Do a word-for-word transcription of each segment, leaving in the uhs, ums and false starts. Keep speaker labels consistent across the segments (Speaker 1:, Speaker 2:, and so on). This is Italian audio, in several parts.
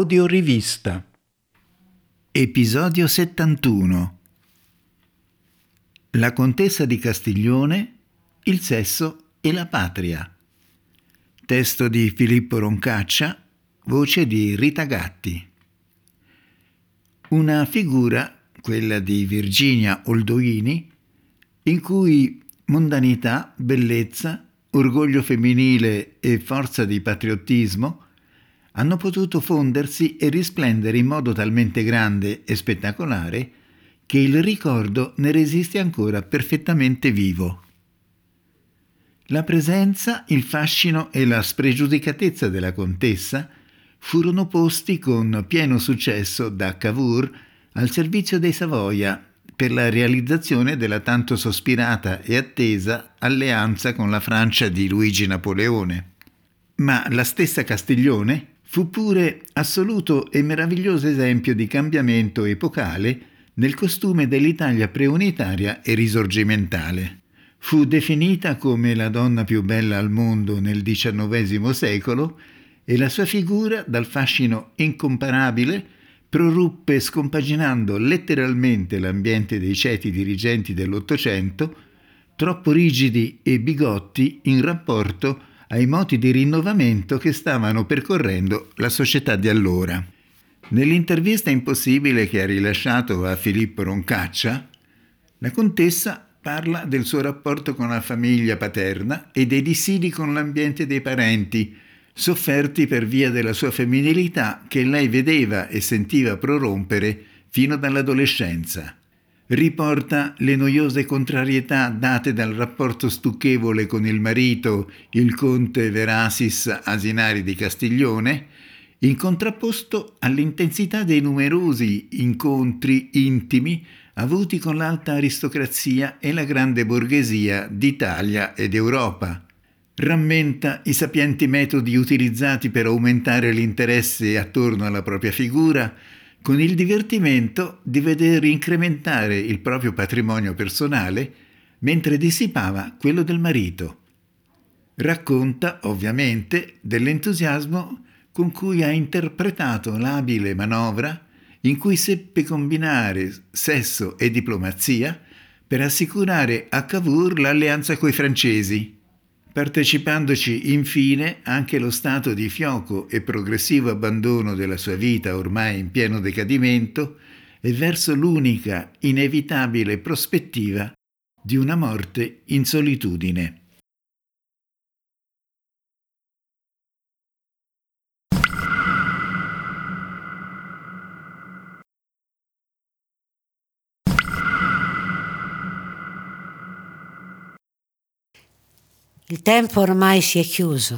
Speaker 1: Audiorivista. Episodio settantuno. La contessa di Castiglione, il sesso e la patria. Testo di Filippo Roncaccia, voce di Rita Gatti. Una figura, quella di Virginia Oldoini, in cui mondanità, bellezza, orgoglio femminile e forza di patriottismo hanno potuto fondersi e risplendere in modo talmente grande e spettacolare che il ricordo ne resiste ancora perfettamente vivo. La presenza, il fascino e la spregiudicatezza della contessa furono posti con pieno successo da Cavour al servizio dei Savoia per la realizzazione della tanto sospirata e attesa alleanza con la Francia di Luigi Napoleone. Ma la stessa Castiglione fu pure assoluto e meraviglioso esempio di cambiamento epocale nel costume dell'Italia preunitaria e risorgimentale. Fu definita come la donna più bella al mondo nel diciannovesimo secolo e la sua figura, dal fascino incomparabile, proruppe scompaginando letteralmente l'ambiente dei ceti dirigenti dell'Ottocento, troppo rigidi e bigotti in rapporto ai moti di rinnovamento che stavano percorrendo la società di allora. Nell'intervista impossibile che ha rilasciato a Filippo Roncaccia, la contessa parla del suo rapporto con la famiglia paterna e dei dissidi con l'ambiente dei parenti, sofferti per via della sua femminilità che lei vedeva e sentiva prorompere fino dall'adolescenza. Riporta le noiose contrarietà date dal rapporto stucchevole con il marito, il conte Verasis Asinari di Castiglione, in contrapposto all'intensità dei numerosi incontri intimi avuti con l'alta aristocrazia e la grande borghesia d'Italia ed Europa. Rammenta i sapienti metodi utilizzati per aumentare l'interesse attorno alla propria figura, con il divertimento di veder incrementare il proprio patrimonio personale mentre dissipava quello del marito. Racconta, ovviamente, dell'entusiasmo con cui ha interpretato l'abile manovra in cui seppe combinare sesso e diplomazia per assicurare a Cavour l'alleanza coi francesi, partecipandoci infine anche lo stato di fioco e progressivo abbandono della sua vita ormai in pieno decadimento e verso l'unica inevitabile prospettiva di una morte in solitudine.
Speaker 2: Il tempo ormai si è chiuso.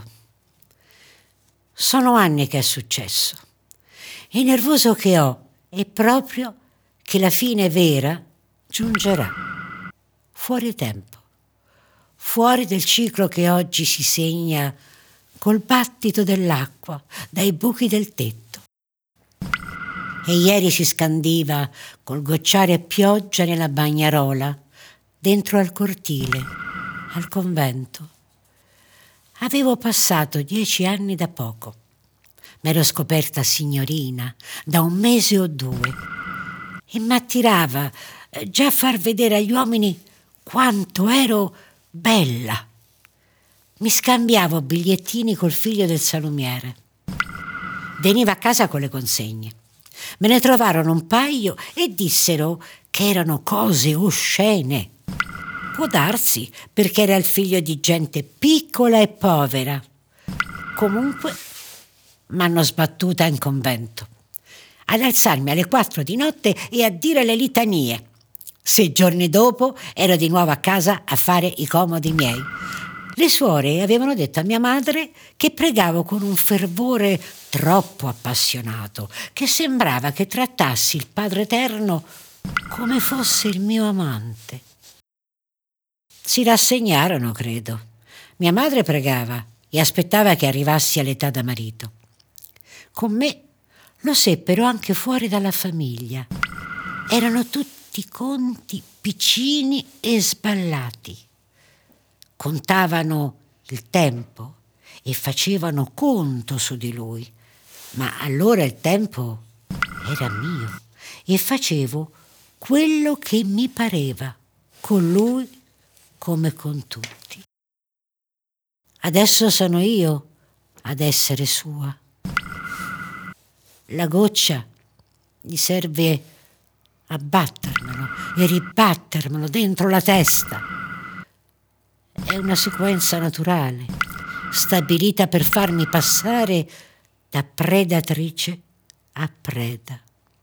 Speaker 2: Sono anni che è successo. Il nervoso che ho è proprio che la fine vera giungerà. Fuori tempo. Fuori del ciclo che oggi si segna col battito dell'acqua dai buchi del tetto. E ieri si scandiva col gocciare a pioggia nella bagnarola, dentro al cortile, al convento. Avevo passato dieci anni da poco. M'ero scoperta signorina da un mese o due e m'attirava già far vedere agli uomini quanto ero bella. Mi scambiavo bigliettini col figlio del salumiere. Veniva a casa con le consegne. Me ne trovarono un paio e dissero che erano cose oscene. Può darsi, perché era il figlio di gente piccola e povera. Comunque, m'hanno sbattuta in convento, ad alzarmi alle quattro di notte e a dire le litanie. Sei giorni dopo ero di nuovo a casa a fare i comodi miei. Le suore avevano detto a mia madre che pregavo con un fervore troppo appassionato, che sembrava che trattassi il Padre Eterno come fosse il mio amante. Si rassegnarono, credo. Mia madre pregava e aspettava che arrivassi all'età da marito. Con me lo seppero anche fuori dalla famiglia. Erano tutti conti piccini e sballati. Contavano il tempo e facevano conto su di lui, Ma allora il tempo era mio e facevo quello che mi pareva, con lui come con tutti. Adesso sono io ad essere sua. La goccia gli serve a battermelo e ribattermelo dentro la testa. È una sequenza naturale, stabilita per farmi passare da predatrice a preda.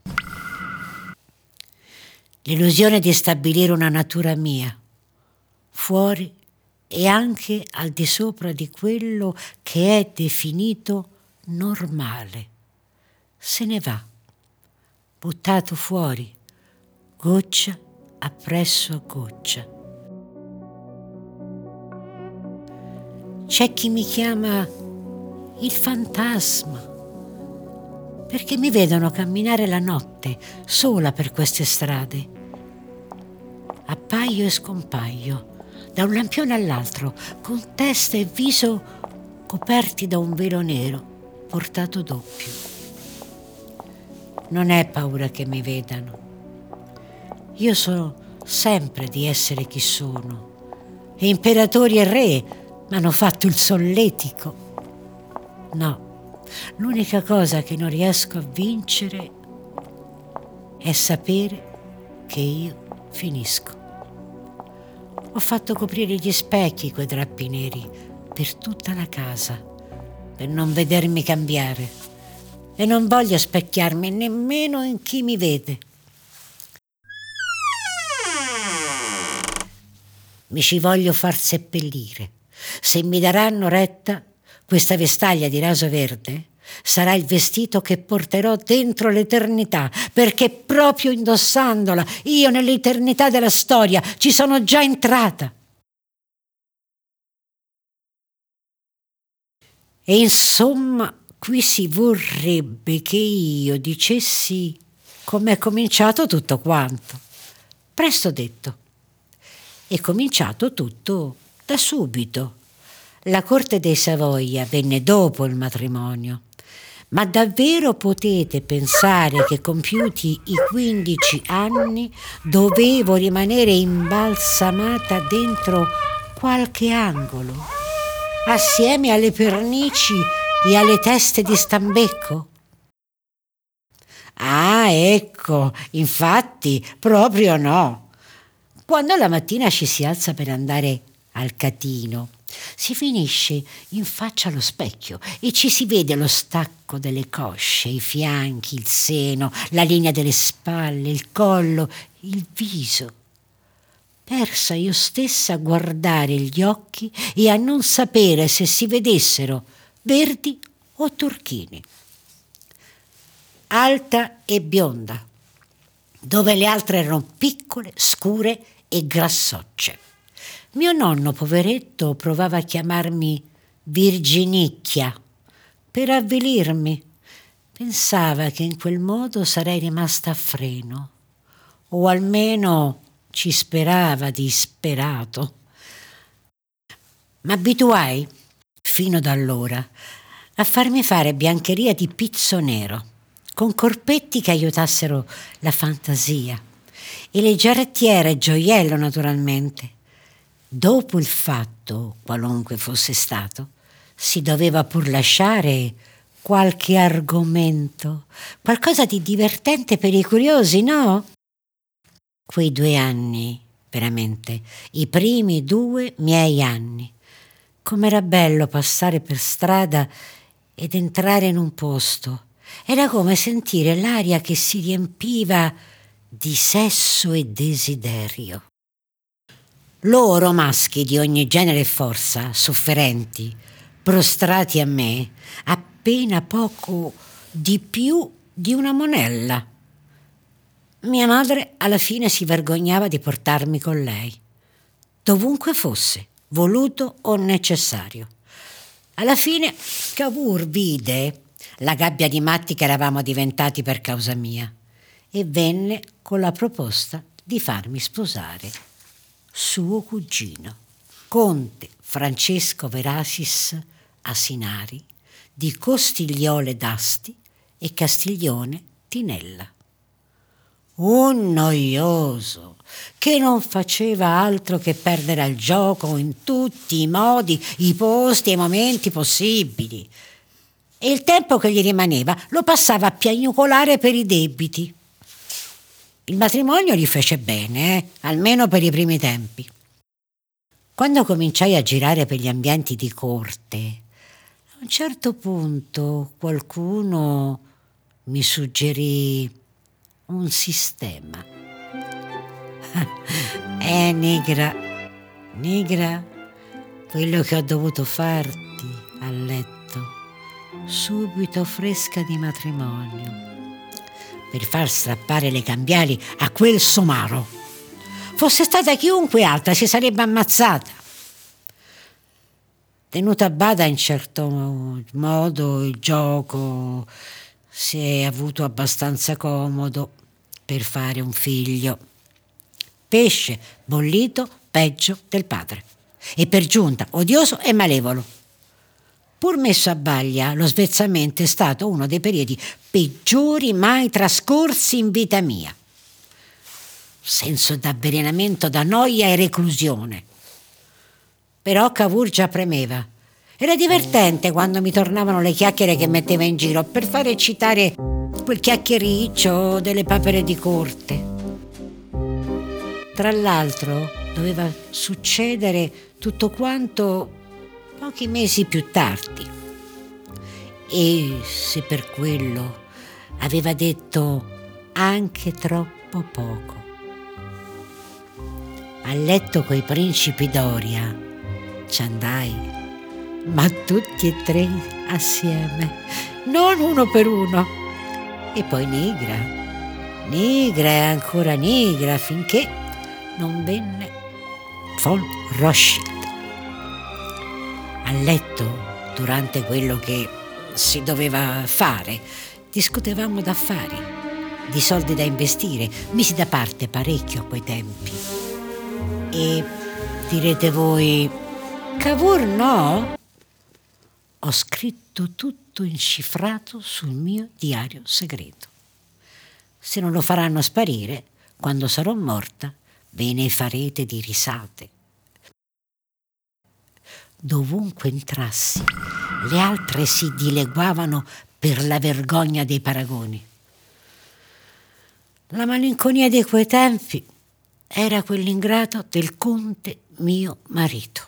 Speaker 2: L'illusione di stabilire una natura mia, fuori e anche al di sopra di quello che è definito normale, se ne va, buttato fuori, goccia appresso goccia. C'è chi mi chiama il fantasma, perché mi vedono camminare la notte sola per queste strade. Appaio e scompaio, da un lampione all'altro, con testa e viso coperti da un velo nero, portato doppio. Non è paura che mi vedano. Io so sempre di essere chi sono. E imperatori e re mi hanno fatto il solletico. No, l'unica cosa che non riesco a vincere è sapere che io finisco. Ho fatto coprire gli specchi quei drappi neri per tutta la casa, per non vedermi cambiare. E non voglio specchiarmi nemmeno in chi mi vede. Mi ci voglio far seppellire. Se mi daranno retta, questa vestaglia di raso verde sarà il vestito che porterò dentro l'eternità, perché proprio indossandola io nell'eternità della storia ci sono già entrata. E insomma, qui si vorrebbe che io dicessi com'è cominciato tutto quanto. Presto detto. È cominciato tutto da subito. La corte dei Savoia venne dopo il matrimonio. Ma davvero potete pensare che compiuti i quindici anni dovevo rimanere imbalsamata dentro qualche angolo, assieme alle pernici e alle teste di stambecco? Ah, ecco, infatti, proprio no. Quando la mattina ci si alza per andare al catino, si finisce in faccia allo specchio e ci si vede lo stacco delle cosce, i fianchi, il seno, la linea delle spalle, il collo, il viso. Persa io stessa a guardare gli occhi e a non sapere se si vedessero verdi o turchini. Alta e bionda, dove le altre erano piccole, scure e grassocce. Mio nonno, poveretto, provava a chiamarmi Virginicchia per avvilirmi. Pensava che in quel modo sarei rimasta a freno, o almeno ci sperava disperato. M'abituai, fino ad allora, a farmi fare biancheria di pizzo nero, con corpetti che aiutassero la fantasia, e le giarrettiere gioiello naturalmente. Dopo il fatto, qualunque fosse stato, si doveva pur lasciare qualche argomento, qualcosa di divertente per i curiosi, no? Quei due anni, veramente, i primi due miei anni. Com'era bello passare per strada ed entrare in un posto. Era come sentire l'aria che si riempiva di sesso e desiderio. Loro, maschi di ogni genere e forza, sofferenti, prostrati a me, appena poco di più di una monella. Mia madre alla fine si vergognava di portarmi con lei, dovunque fosse, voluto o necessario. Alla fine Cavour vide la gabbia di matti che eravamo diventati per causa mia e venne con la proposta di farmi sposare suo cugino, conte Francesco Verasis Asinari di Costigliole d'Asti, e Castiglione Tinella. Un noioso che non faceva altro che perdere al gioco in tutti i modi, i posti e i momenti possibili. E il tempo che gli rimaneva lo passava a piagnucolare per i debiti. Il matrimonio gli fece bene, eh? Almeno per i primi tempi. Quando cominciai a girare per gli ambienti di corte, a un certo punto qualcuno mi suggerì un sistema. Eh, Nigra, Nigra, quello che ho dovuto farti a letto, subito fresca di matrimonio, per far strappare le cambiali a quel somaro. Fosse stata chiunque altra si sarebbe ammazzata. Tenuto a bada in certo modo il gioco, si è avuto abbastanza comodo per fare un figlio. Pesce bollito peggio del padre, e per giunta odioso e malevolo. Pur messo a baglia, lo svezzamento è stato uno dei periodi peggiori mai trascorsi in vita mia. Senso d'avvelenamento, da noia e reclusione. Però Cavour già premeva. Era divertente quando mi tornavano le chiacchiere che metteva in giro per far eccitare quel chiacchiericcio delle papere di corte. Tra l'altro doveva succedere tutto quanto pochi mesi più tardi. E se per quello aveva detto anche troppo poco. A letto coi principi Doria ci andai, ma tutti e tre assieme, non uno per uno. E poi Nigra, Nigra e ancora Nigra, finché non venne von Rothschild. A letto, durante quello che si doveva fare, discutevamo d'affari, di soldi da investire. Misi da parte parecchio a quei tempi. E direte voi, Cavour no? Ho scritto tutto incifrato sul mio diario segreto. Se non lo faranno sparire, quando sarò morta, ve ne farete di risate. Dovunque entrassi, le altre si dileguavano per la vergogna dei paragoni. La malinconia di quei tempi era quell'ingrato del conte mio marito.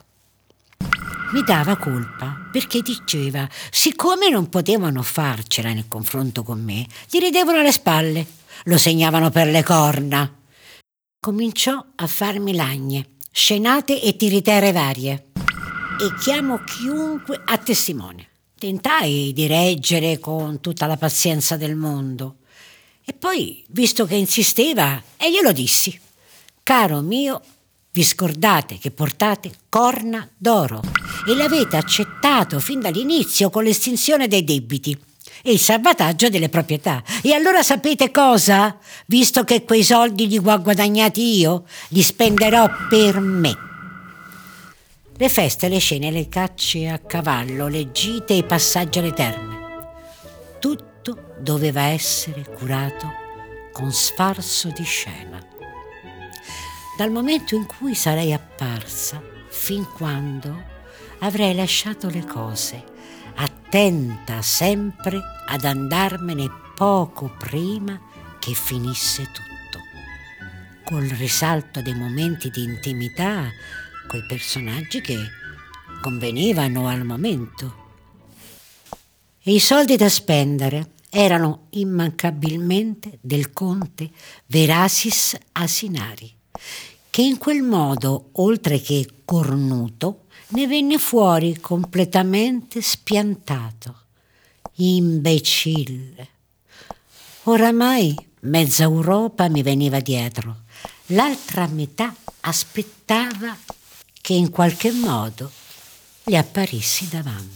Speaker 2: Mi dava colpa perché diceva, siccome non potevano farcela nel confronto con me, gli ridevano alle spalle, lo segnavano per le corna. Cominciò a farmi lagne, scenate e tiritere varie. E chiamo chiunque a testimone. Tentai di reggere con tutta la pazienza del mondo. E poi, visto che insisteva, e glielo dissi. Caro mio, vi scordate che portate corna d'oro e l'avete accettato fin dall'inizio con l'estinzione dei debiti e il salvataggio delle proprietà. E allora sapete cosa? Visto che quei soldi li ho guadagnati io, li spenderò per me. Le feste, le scene, le cacce a cavallo, le gite e i passaggi alle terme. Tutto doveva essere curato con sfarzo di scena. Dal momento in cui sarei apparsa, fin quando avrei lasciato le cose, attenta sempre ad andarmene poco prima che finisse tutto, col risalto dei momenti di intimità coi personaggi che convenivano al momento. E i soldi da spendere erano immancabilmente del conte Verasis Asinari, che in quel modo, oltre che cornuto, ne venne fuori completamente spiantato, imbecille. Oramai mezza Europa mi veniva dietro, l'altra metà aspettava che in qualche modo gli apparissi davanti.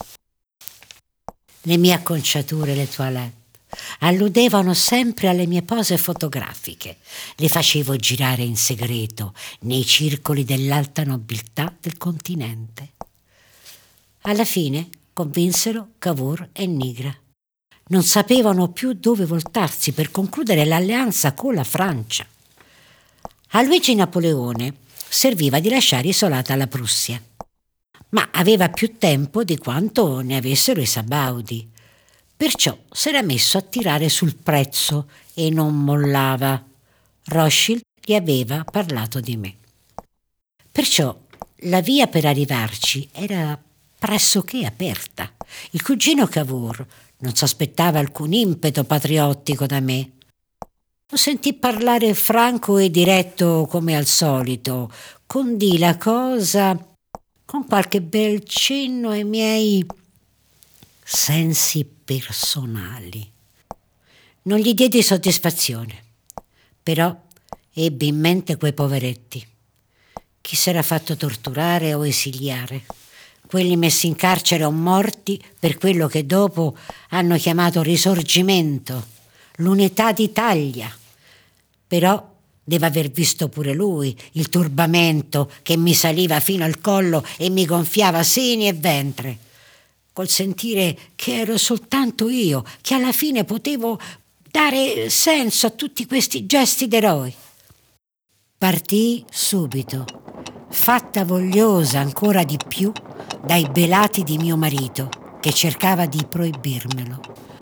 Speaker 2: Le mie acconciature e le toilette alludevano sempre alle mie pose fotografiche. Le facevo girare in segreto nei circoli dell'alta nobiltà del continente. Alla fine convinsero Cavour e Nigra. non sapevano più dove voltarsi per concludere l'alleanza con la Francia. A Luigi Napoleone serviva di lasciare isolata la Prussia, ma aveva più tempo di quanto ne avessero i Sabaudi. Perciò s'era messo a tirare sul prezzo e non mollava. Rothschild gli aveva parlato di me. Perciò la via per arrivarci era pressoché aperta. Il cugino Cavour non s'aspettava alcun impeto patriottico da me. Lo sentì parlare franco e diretto come al solito, condì la cosa con qualche bel cenno ai miei sensi personali. Non gli diedi soddisfazione, però ebbi in mente quei poveretti. Chi s'era fatto torturare o esiliare, quelli messi in carcere o morti per quello che dopo hanno chiamato risorgimento, l'unità d'Italia. Però deve aver visto pure lui il turbamento che mi saliva fino al collo e mi gonfiava seni e ventre, col sentire che ero soltanto io, che alla fine potevo dare senso a tutti questi gesti d'eroi. Partii subito, fatta vogliosa ancora di più dai belati di mio marito, che cercava di proibirmelo.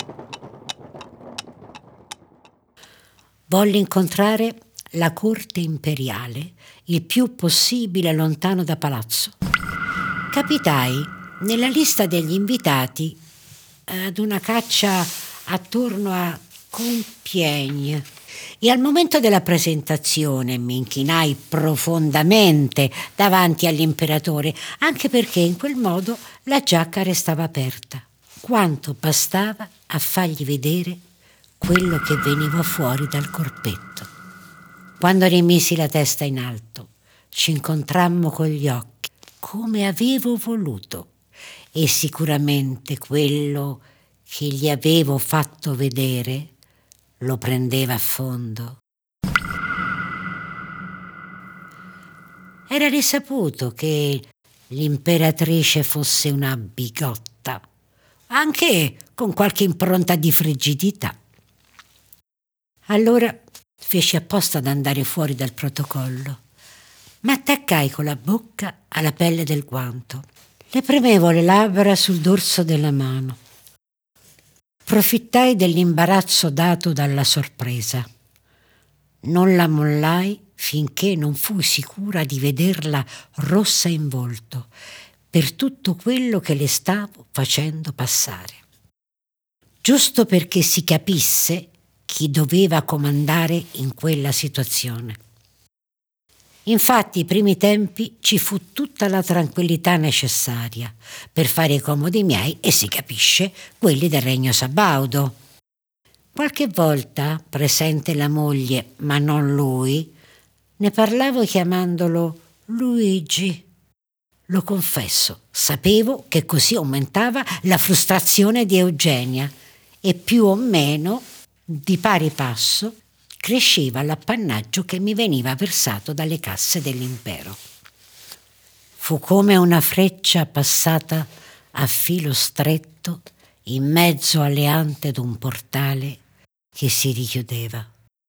Speaker 2: Volli incontrare la corte imperiale il più possibile lontano da palazzo. Capitai nella lista degli invitati ad una caccia attorno a Compiègne e al momento della presentazione mi inchinai profondamente davanti all'imperatore, anche perché in quel modo la giacca restava aperta. Quanto bastava a fargli vedere quello che veniva fuori dal corpetto. Quando rimisi la testa in alto, ci incontrammo con gli occhi, come avevo voluto, e sicuramente quello che gli avevo fatto vedere lo prendeva a fondo. Era risaputo che l'imperatrice fosse una bigotta, anche con qualche impronta di frigidità. Allora feci apposta ad andare fuori dal protocollo. M'attaccai con la bocca alla pelle del guanto. Le premevo le labbra sul dorso della mano. Approfittai dell'imbarazzo dato dalla sorpresa. Non la mollai finché non fui sicura di vederla rossa in volto per tutto quello che le stavo facendo passare. Giusto perché si capisse chi doveva comandare in quella situazione. Infatti, i primi tempi ci fu tutta la tranquillità necessaria per fare i comodi miei e, si capisce, quelli del regno sabaudo. Qualche volta, presente la moglie, ma non lui, ne parlavo chiamandolo Luigi. Lo confesso, sapevo che così aumentava la frustrazione di Eugenia e più o meno, di pari passo, cresceva l'appannaggio che mi veniva versato dalle casse dell'impero. Fu come una freccia passata a filo stretto in mezzo alle ante d'un portale che si richiudeva.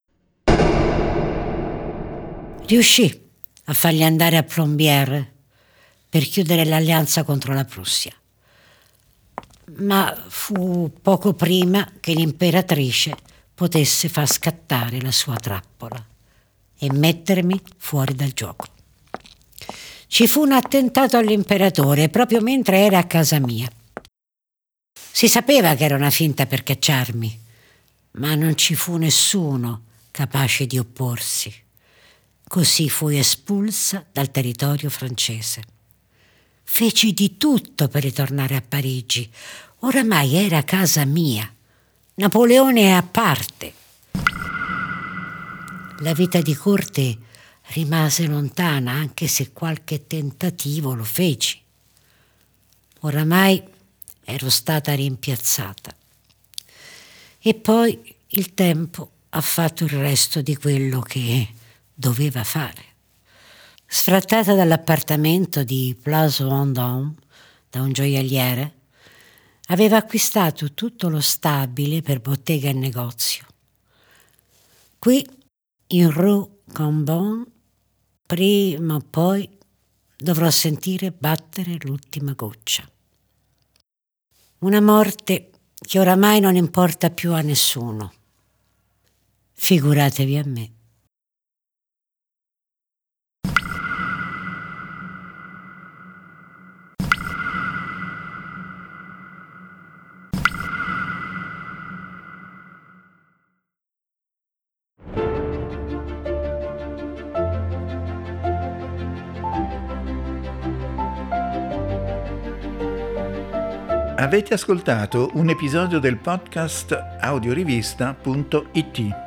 Speaker 2: Riuscì a fargli andare a Plombières per chiudere l'alleanza contro la Prussia, ma fu poco prima che l'imperatrice potesse far scattare la sua trappola e mettermi fuori dal gioco. Ci fu un attentato all'imperatore proprio mentre era a casa mia. Si sapeva che era una finta per cacciarmi, ma non ci fu nessuno capace di opporsi. Così fui espulsa dal territorio francese. Feci di tutto per ritornare a Parigi. Oramai era casa mia. Napoleone è a parte. La vita di corte rimase lontana, anche se qualche tentativo lo feci. Oramai ero stata rimpiazzata. E poi il tempo ha fatto il resto di quello che doveva fare. Sfrattata dall'appartamento di Place Vendôme da un gioielliere, aveva acquistato tutto lo stabile per bottega e negozio. Qui, in Rue Cambon, prima o poi dovrò sentire battere l'ultima goccia. Una morte che oramai non importa più a nessuno. Figuratevi a me.
Speaker 1: Avete ascoltato un episodio del podcast audiorivista punto it.